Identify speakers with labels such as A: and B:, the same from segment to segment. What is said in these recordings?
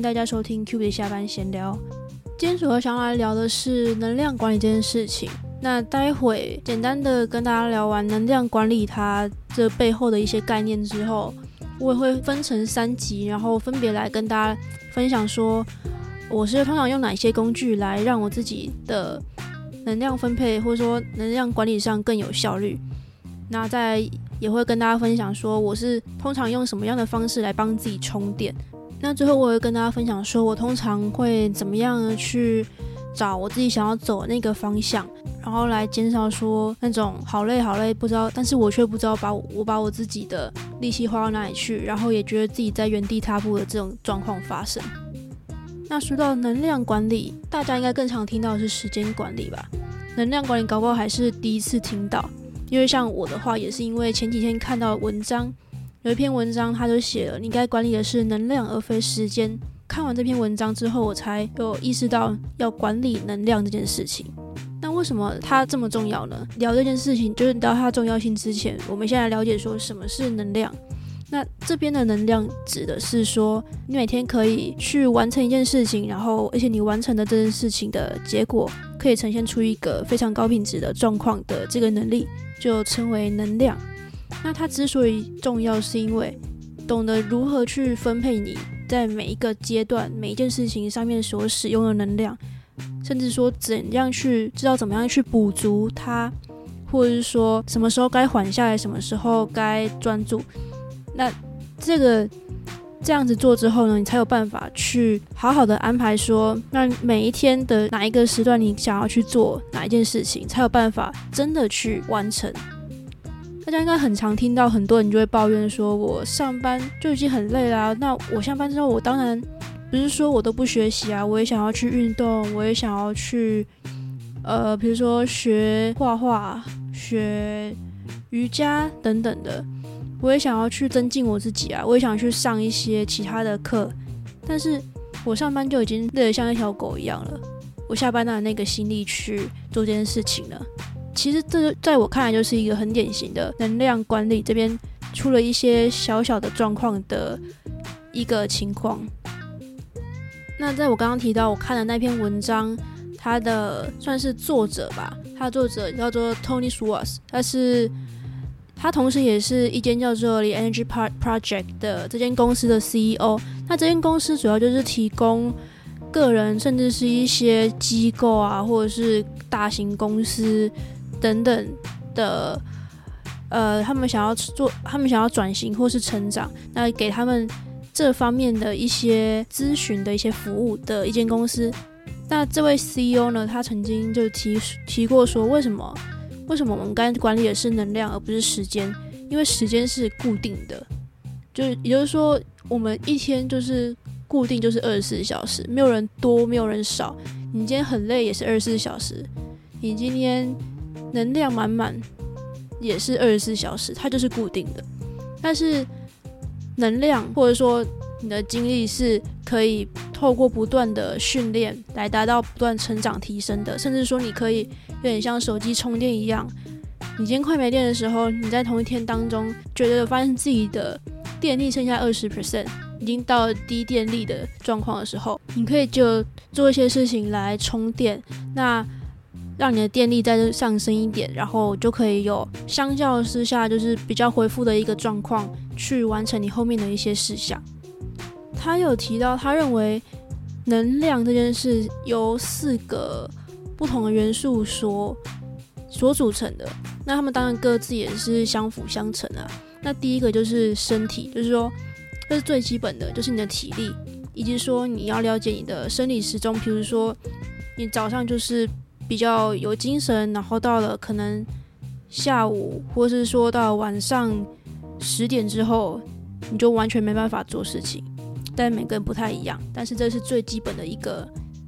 A: 大家收听 Q 的下班闲聊。今天主要想要来聊的是能量管理这件事情。那待会简单的跟大家聊完能量管理它这背后的一些概念之后，我也会分成3集，然后分别来跟大家分享说我是通常用哪些工具来让我自己的能量分配或者说能量管理上更有效率。那再也会跟大家分享说我是通常用什么样的方式来帮自己充电。那最后我会跟大家分享说我通常会怎么样的去找我自己想要走的那个方向，然后来减少说那种好累不知道，但是我却不知道把我自己的力气花到哪里去，然后也觉得自己在原地踏步的这种状况发生。那说到能量管理，大家应该更常听到的是时间管理吧，能量管理搞不好还是第一次听到。因为像我的话也是因为前几天看到文章，有一篇文章他就写了你该管理的是能量而非时间。看完这篇文章之后，我才有意识到要管理能量这件事情。那为什么它这么重要呢？聊这件事情就是聊它的重要性之前，我们先来了解说什么是能量。那这边的能量指的是说你每天可以去完成一件事情，然后而且你完成的这件事情的结果可以呈现出一个非常高品质的状况的这个能力，就称为能量。那它之所以重要，是因为懂得如何去分配你在每一个阶段每一件事情上面所使用的能量，甚至说怎样去知道怎么样去补足它，或者是说什么时候该缓下来，什么时候该专注。那这样子做之后呢，你才有办法去好好的安排说那每一天的哪一个时段你想要去做哪一件事情，才有办法真的去完成。大家应该很常听到很多人就会抱怨说我上班就已经很累啦，那我下班之后我当然不是说我都不学习啊，我也想要去运动，我也想要去比如说学画画、学瑜伽等等的，我也想要去增进我自己啊，我也想去上一些其他的课，但是我上班就已经累得像一条狗一样了，我下班哪有那个心力去做这件事情呢？其实这在我看来就是一个很典型的能量管理这边出了一些小小的状况的一个情况。那在我刚刚提到我看的那篇文章，他的算是作者吧，他的作者叫做 Tony Schwartz， 他同时也是一间叫做 The Energy Project 的这间公司的 CEO。 那这间公司主要就是提供个人甚至是一些机构啊，或者是大型公司等等的他们想要转型或是成长，那给他们这方面的一些咨询的一些服务的一间公司。那这位 CEO 呢，他曾经就提过说为什么我们该管理的是能量而不是时间，因为时间是固定的，也就是说我们一天就是固定就是24小时，没有人多没有人少，你今天很累也是24小时，你今天能量满满也是24小时，它就是固定的。但是能量或者说你的精力是可以透过不断的训练来达到不断成长提升的，甚至说你可以有点像手机充电一样，你今天快没电的时候，你在同一天当中觉得发现自己的电力剩下 20%， 已经到了低电力的状况的时候，你可以就做一些事情来充电，那让你的电力再上升一点，然后就可以有相较之下就是比较恢复的一个状况去完成你后面的一些事项。他有提到他认为能量这件事由4个不同的元素所组成的，那他们当然各自也是相辅相成啊。那第一个就是身体，就是说这是最基本的，就是你的体力，以及说你要了解你的生理时钟，比如说你早上就是比较有精神，然后到了可能下午或是说到晚上10点之后你就完全没办法做事情，但每个人不太一样，但是这是最基本的一个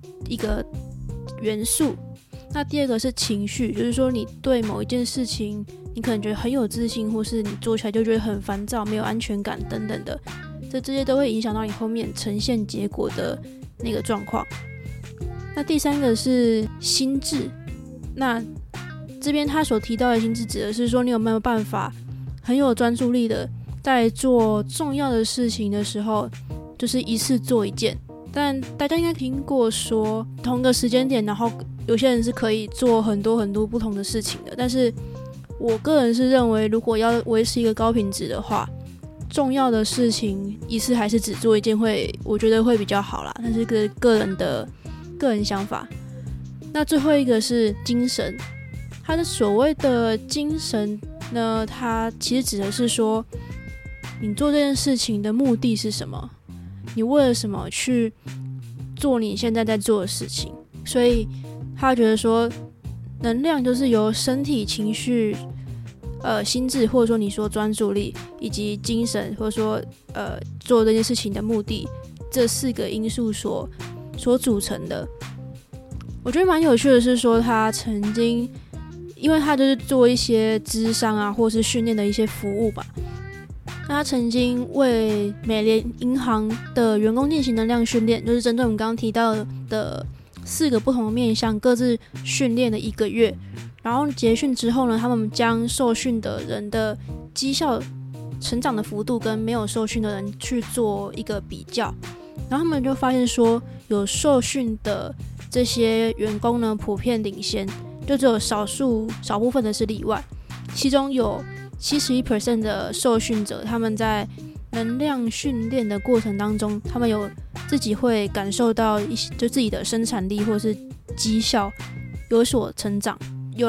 A: 元素。那第二个是情绪，就是说你对某一件事情你可能觉得很有自信，或是你做起来就觉得很烦躁没有安全感等等的，这些都会影响到你后面呈现结果的那个状况。那第三个是心智，那这边他所提到的心智指的是说你有没有办法很有专注力的在做重要的事情的时候就是一次做一件， 但大家应该听过说同一个时间点，然后有些人是可以做很多很多不同的事情的，但是我个人是认为，如果要维持一个高品质的话，重要的事情一次还是只做一件我觉得会比较好啦，那是个人想法。那最后一个是精神，它的所谓的精神呢，它其实指的是说，你做这件事情的目的是什么，你为了什么去做你现在在做的事情。所以他觉得说，能量就是由身体、情绪、心智，或者说你说专注力以及精神，或者说做这件事情的目的，这4个因素所组成的。我觉得蛮有趣的是说，他曾经，因为他就是做一些諮商啊，或是训练的一些服务吧。那他曾经为美联银行的员工进行能量训练，就是针对我们刚刚提到的4个不同的面向，各自训练了1个月。然后结训之后呢，他们将受训的人的绩效成长的幅度跟没有受训的人去做一个比较，然后他们就发现说，有受训的这些员工呢，普遍领先，就只有少部分的是例外。其中有 71% 的受训者，他们在能量训练的过程当中，他们有自己会感受到就自己的生产力或是绩效有所成长。有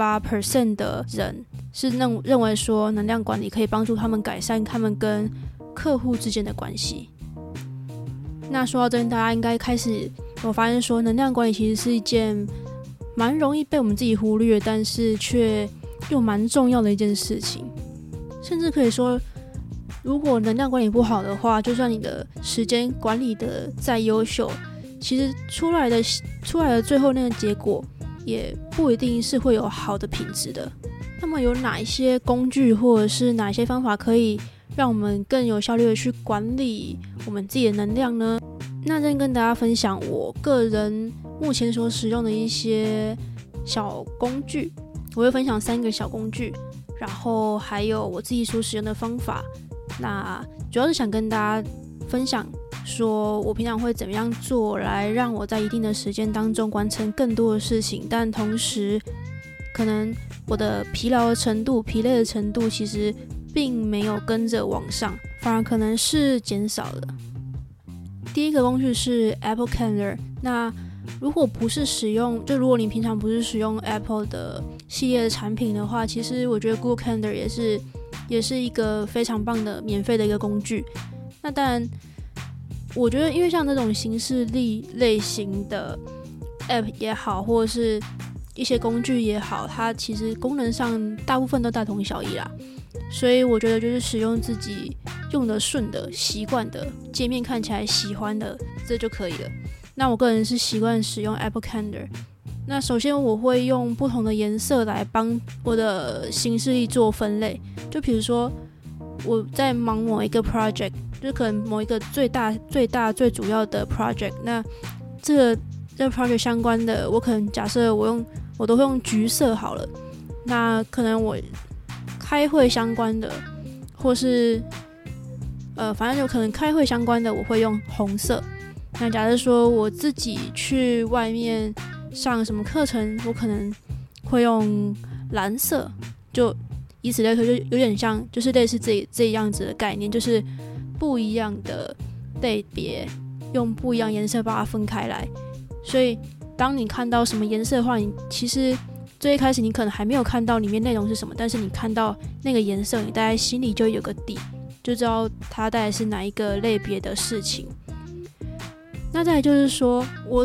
A: 68% 的人是认为说，能量管理可以帮助他们改善他们跟客户之间的关系。那说到这边，大家应该开始有发现说，能量管理其实是一件蛮容易被我们自己忽略，但是却又蛮重要的一件事情。甚至可以说，如果能量管理不好的话，就算你的时间管理的再优秀，其实出来的最后那个结果也不一定是会有好的品质的。那么有哪一些工具或者是哪一些方法可以让我们更有效率的去管理我们自己的能量呢？那这边跟大家分享我个人目前所使用的一些小工具，我会分享3个小工具，然后还有我自己所使用的方法。那主要是想跟大家分享说，我平常会怎么样做来让我在一定的时间当中完成更多的事情，但同时可能我的疲劳的程度、疲累的程度其实并没有跟着往上，反而可能是减少的。第一个工具是 Apple Calendar。那如果你平常不是使用 Apple 的系列的产品的话，其实我觉得 Google Calendar 也是一个非常棒的免费的一个工具。那当然我觉得因为像这种形式力类型的 App 也好，或者是一些工具也好，它其实功能上大部分都大同小异啦，所以我觉得就是使用自己用的顺的、习惯的、界面看起来喜欢的，这就可以了。那我个人是习惯使用 Apple Calendar。那首先我会用不同的颜色来帮我的行事历做分类，就比如说我在忙某一个 project， 就可能某一个最大最主要的 project， 那这个 project 相关的，我可能假设我都会用橘色好了。那可能我开会相关的，或是反正有可能开会相关的，我会用红色。那假设说我自己去外面上什么课程，我可能会用蓝色，就以此类推，就有点像，就是类似这样子的概念，就是不一样的类别，用不一样颜色把它分开来。所以当你看到什么颜色的话，你其实最一开始你可能还没有看到里面内容是什么，但是你看到那个颜色，你大概心里就有个底，就知道它大概是哪一个类别的事情。那再来就是说，我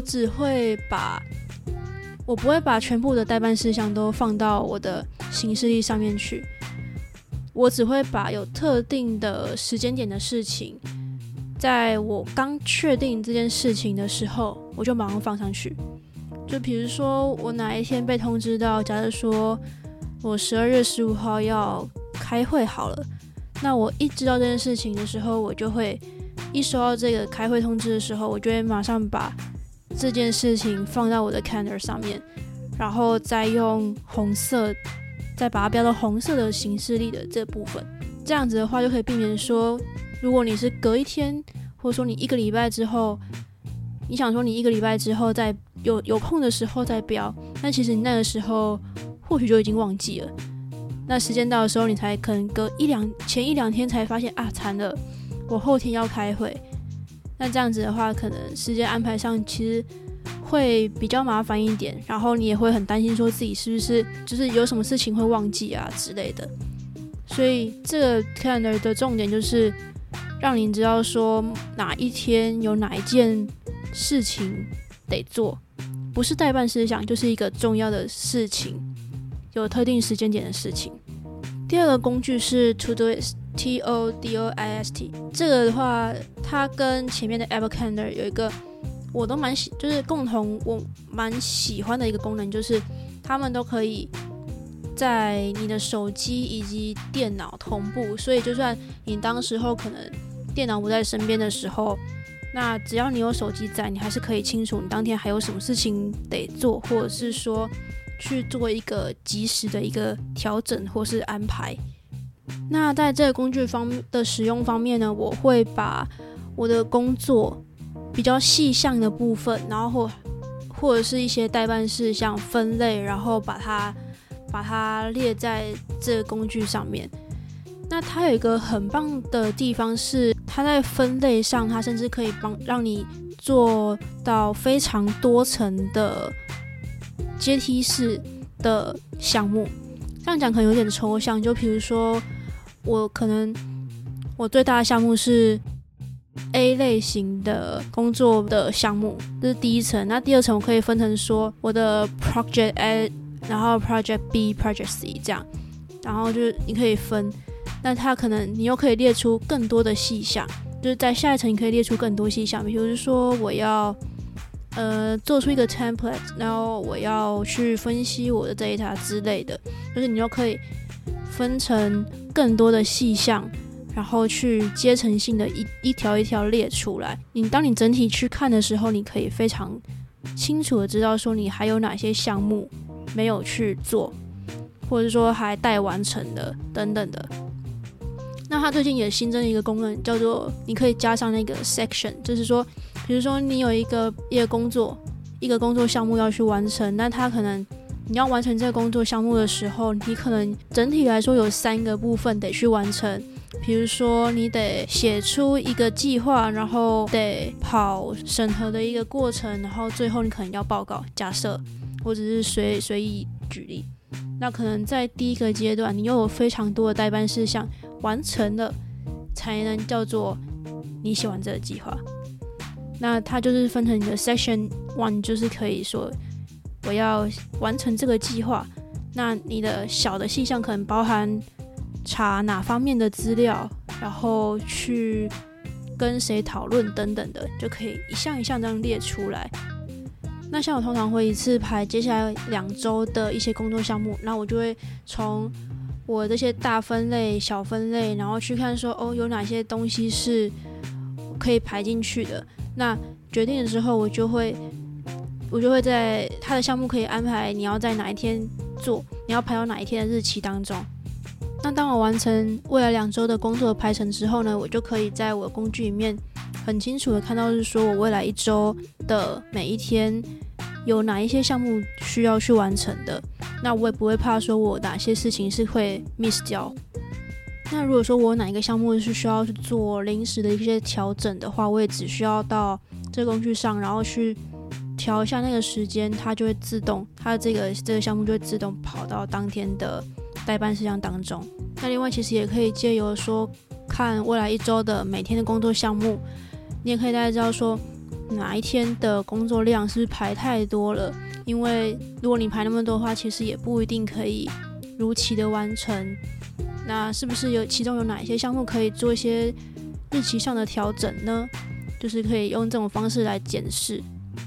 A: 不会把全部的待办事项都放到我的行事历上面去，我只会把有特定的时间点的事情，在我刚确定这件事情的时候，我就马上放上去。就比如说我哪一天被通知到，假如说我12月15号要开会好了，那我一知道这件事情的时候，我就会一收到这个开会通知的时候，我就会马上把这件事情放到我的 calendar 上面，然后再用红色，再把它标到红色的行事历的这部分。这样子的话，就可以避免说，如果你是隔一天，或者说你1个礼拜之后你想说你1个礼拜之后再有空的时候再标，但其实你那个时候或许就已经忘记了。那时间到的时候，你才可能前一两天才发现啊，惨了，我后天要开会。那这样子的话，可能时间安排上其实会比较麻烦一点，然后你也会很担心说自己是不是就是有什么事情会忘记啊之类的。所以这个 calendar 的重点就是让你知道说哪一天有哪一件事情得做，不是待办事项，就是一个重要的事情，有特定时间点的事情。第二个工具是 Todoist Todoist， 这个的话它跟前面的 Apple Calendar 有一个我都就是共同我蛮喜欢的一个功能，就是他们都可以在你的手机以及电脑同步，所以就算你当时候可能电脑不在身边的时候，那只要你有手机在，你还是可以清楚你当天还有什么事情得做，或者是说去做一个及时的一个调整或是安排。那在这个工具的使用方面呢，我会把我的工作比较细项的部分，然后或者是一些待办事项分类，然后把它列在这个工具上面。那它有一个很棒的地方是，它在分类上，它甚至可以让你做到非常多层的阶梯式的项目。这样讲可能有点抽象，就比如说我最大的项目是 A 类型的工作的项目，这是第一层。那第二层我可以分成说我的 Project A， 然后 Project B、Project C 这样，然后就是你可以分。那它可能你又可以列出更多的细项，就是在下一层你可以列出更多细项，比如说我要做出一个 template， 然后我要去分析我的 data 之类的，就是你又可以分成更多的细项，然后去阶层性的一条一条列出来。当你整体去看的时候，你可以非常清楚的知道说你还有哪些项目没有去做，或者说还待完成的等等的。那它最近也新增了一个功能，叫做你可以加上那个 section， 就是说比如说你有一个工作项目要去完成，那它可能你要完成这个工作项目的时候，你可能整体来说有3个部分得去完成。比如说你得写出一个计划，然后得跑审核的一个过程，然后最后你可能要报告，假设我只是随意举例。那可能在第一个阶段你又有非常多的待办事项完成了，才能叫做你写完这个计划。那它就是分成你的 section 1， 就是可以说我要完成这个计划。那你的小的细项可能包含查哪方面的资料，然后去跟谁讨论等等的，就可以一项一项这样列出来。那像我通常会一次排接下来2周的一些工作项目，那我就会从我这些大分类、小分类，然后去看说有哪些东西是可以排进去的。那决定了之后，我就会在他的项目可以安排你要在哪一天做，你要排到哪一天的日期当中。那当我完成未来2周的工作的排程之后呢，我就可以在我的工具里面很清楚的看到是说我未来1周的每一天有哪一些项目需要去完成的。那我也不会怕说我哪些事情是会 miss 掉。那如果说我有哪一个项目是需要去做临时的一些调整的话，我也只需要到这个工具上，然后去调一下那个时间，它就会自动，它这个项目就会自动跑到当天的待办事项当中。那另外其实也可以借由说看未来1周的每天的工作项目，你也可以大概知道说哪一天的工作量是不是排太多了，因为如果你排那么多的话，其实也不一定可以如期的完成。那是不是其中有哪一些项目可以做一些日期上的调整呢？就是可以用这种方式来检视。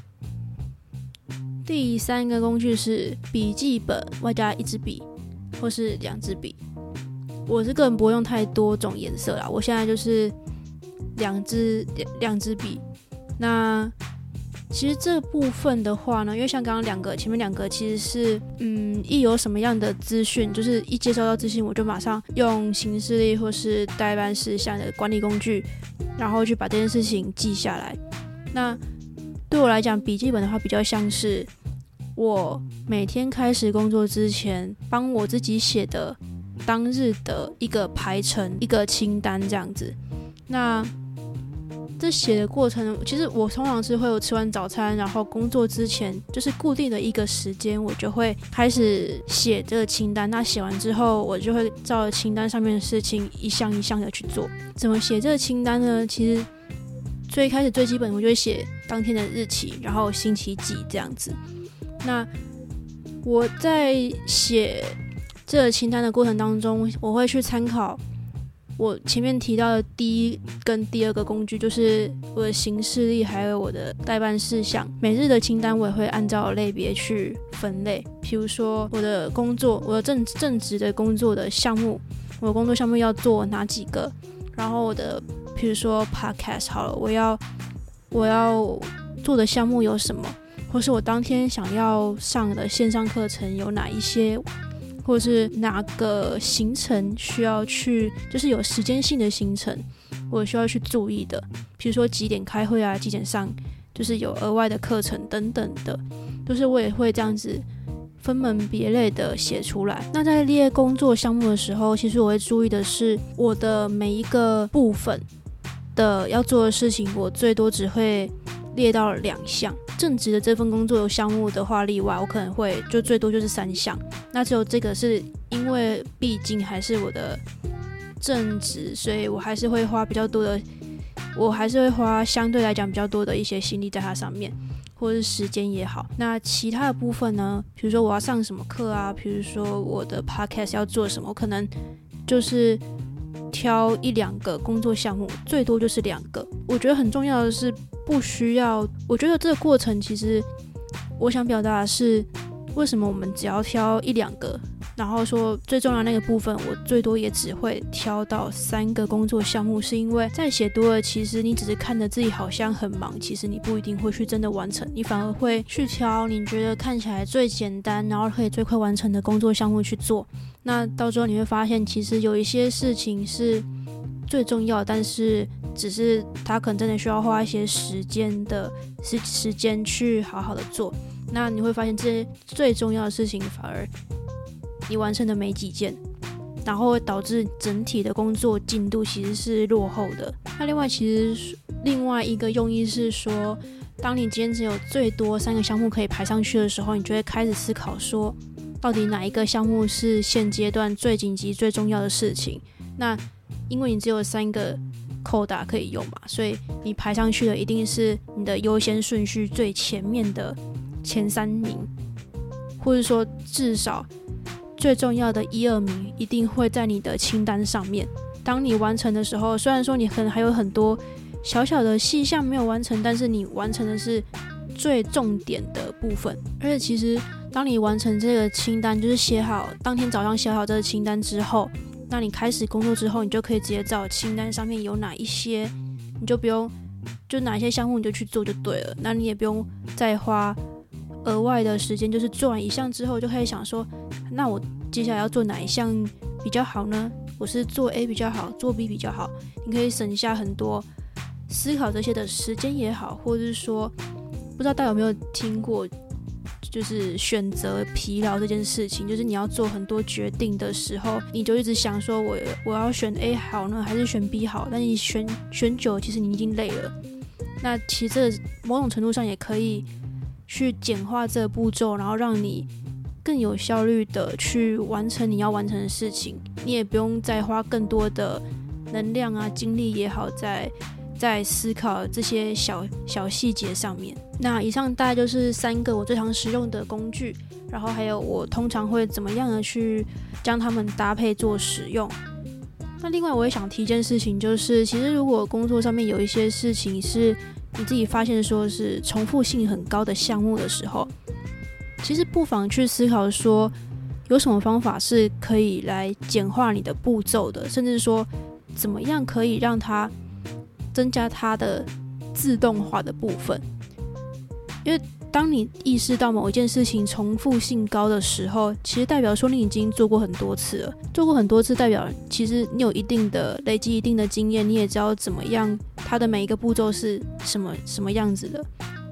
A: 第3个工具是笔记本外加1支笔或是2支笔。我是个人不会用太多种颜色啦，我现在就是两支笔。那其实这部分的话呢，因为像刚刚前面2个其实是一有什么样的资讯，就是一接收到资讯我就马上用行事历或是待办事项的管理工具，然后去把这件事情记下来。那对我来讲，笔记本的话比较像是我每天开始工作之前帮我自己写的当日的一个排程，一个清单这样子。那这写的过程，其实我通常是会有吃完早餐，然后工作之前就是固定的一个时间，我就会开始写这个清单。那写完之后，我就会照着清单上面的事情一项一项的去做。怎么写这个清单呢？其实最开始最基本，我就会写当天的日期，然后星期几这样子。那我在写这个清单的过程当中，我会去参考我前面提到的第一跟第二个工具，就是我的行事历还有我的待办事项。每日的清单我也会按照类别去分类，譬如说我的工作，我的正职的工作的项目，我的工作项目要做哪几个，然后我的譬如说 podcast 好了，我要做的项目有什么，或是我当天想要上的线上课程有哪一些，或是哪个行程需要去，就是有时间性的行程我需要去注意的，比如说几点开会啊，几点上就是有额外的课程等等的，就是我也会这样子分门别类的写出来。那在列工作项目的时候，其实我会注意的是我的每一个部分的要做的事情，我最多只会列到2项。正职的这份工作有项目的话例外，我可能会就最多就是3项。那只有这个是因为毕竟还是我的正职，所以我还是会花比较多的，我还是会花相对来讲比较多的一些心力在它上面，或者是时间也好。那其他的部分呢，比如说我要上什么课啊，比如说我的 podcast 要做什么，我可能就是挑1-2个工作项目，最多就是2个。我觉得很重要的是不需要，我觉得这个过程其实我想表达的是为什么我们只要挑1-2个，然后说最重要的那个部分我最多也只会挑到3个工作项目，是因为在写多了，其实你只是看着自己好像很忙，其实你不一定会去真的完成，你反而会去挑你觉得看起来最简单然后可以最快完成的工作项目去做。那到时候你会发现其实有一些事情是最重要，但是只是它可能真的需要花一些时间去好好的做。那你会发现这些最重要的事情反而你完成的没几件，然后会导致整体的工作进度其实是落后的。那另外一个用意是说，当你今天只有最多3个项目可以排上去的时候，你就会开始思考说到底哪一个项目是现阶段最紧急最重要的事情。那因为你只有3个扣打可以用嘛，所以你排上去的一定是你的优先顺序最前面的前3名，或者说至少最重要的1、2名一定会在你的清单上面。当你完成的时候，虽然说你可能还有很多小小的细项没有完成，但是你完成的是最重点的部分。而且其实当你完成这个清单，就是当天早上写好这个清单之后，那你开始工作之后，你就可以直接找清单上面有哪一些，你就不用就哪一些项目你就去做就对了。那你也不用再花额外的时间，就是做完1项之后就可以想说，那我接下来要做哪一项比较好呢？我是做 A 比较好，做 B 比较好。你可以省下很多思考这些的时间也好，或者是说不知道大家有没有听过就是选择疲劳这件事情，就是你要做很多决定的时候，你就一直想说我要选 A 好呢还是选 B 好，但你选久其实你已经累了。那其实这某种程度上也可以去简化这个步骤，然后让你更有效率的去完成你要完成的事情，你也不用再花更多的能量啊精力也好在思考这些小细节上面。那以上大概就是3个我最常使用的工具，然后还有我通常会怎么样的去将它们搭配做使用。那另外我也想提一件事情，就是其实如果工作上面有一些事情是你自己发现说是重复性很高的项目的时候，其实不妨去思考说有什么方法是可以来简化你的步骤的，甚至说怎么样可以让它增加它的自动化的部分。因为当你意识到某一件事情重复性高的时候，其实代表说你已经做过很多次了，做过很多次代表其实你有累积一定的经验，你也知道怎么样它的每一个步骤是什么样子的。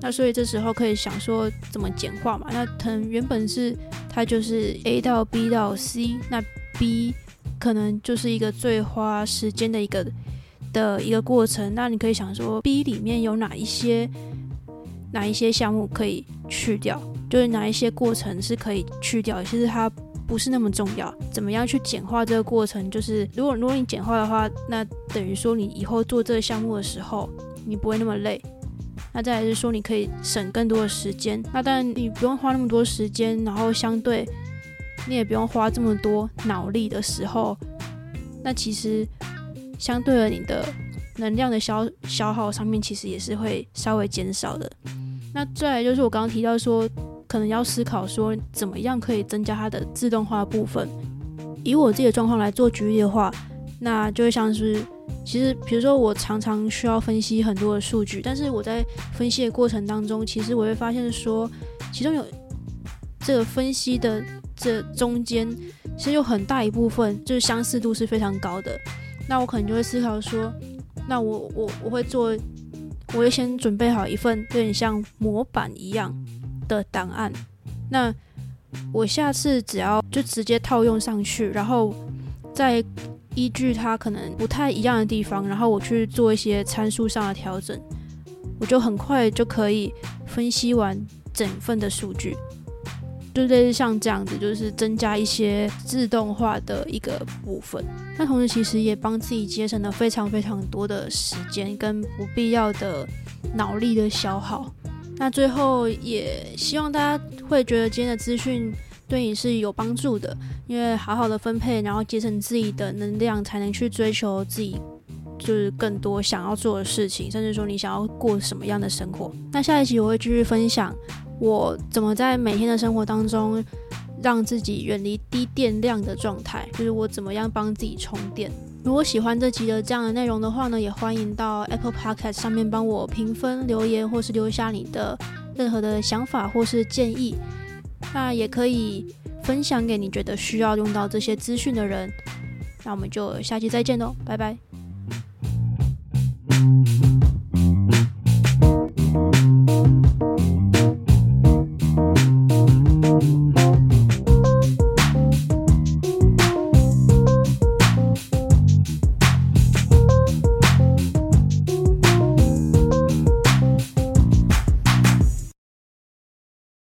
A: 那所以这时候可以想说怎么简化嘛，那可能原本是它就是 A 到 B 到 C， 那 B 可能就是一个最花时间的一个过程，那你可以想说 B 里面有哪一些项目可以去掉，就是哪一些过程是可以去掉，其实它不是那么重要。怎么样去简化这个过程，就是如果你简化的话，那等于说你以后做这个项目的时候你不会那么累，那再来是说你可以省更多的时间，那当然你不用花那么多时间，然后相对你也不用花这么多脑力的时候，那其实相对的你的能量的消耗上面其实也是会稍微减少的。那再来就是我刚刚提到说可能要思考说怎么样可以增加它的自动化的部分。以我自己的状况来做举例的话，那就会像是其实比如说我常常需要分析很多的数据，但是我在分析的过程当中，其实我会发现说其中有这个分析的这中间其实有很大一部分就是相似度是非常高的，那我可能就会思考说，那我会先准备好一份有点像模板一样的档案，那我下次只要就直接套用上去，然后再依据它可能不太一样的地方，然后我去做一些参数上的调整，我就很快就可以分析完整份的数据。就类似像这样子，就是增加一些自动化的一个部分。那同时其实也帮自己节省了非常非常多的时间跟不必要的脑力的消耗。那最后也希望大家会觉得今天的资讯对你是有帮助的，因为好好的分配，然后节省自己的能量，才能去追求自己就是更多想要做的事情，甚至说你想要过什么样的生活。那下一集我会继续分享我怎么在每天的生活当中让自己远离低电量的状态，就是我怎么样帮自己充电。如果喜欢这集的这样的内容的话呢，也欢迎到 Apple Podcast 上面帮我评分留言，或是留下你的任何的想法或是建议。那也可以分享给你觉得需要用到这些资讯的人。那我们就下期再见咯，拜拜。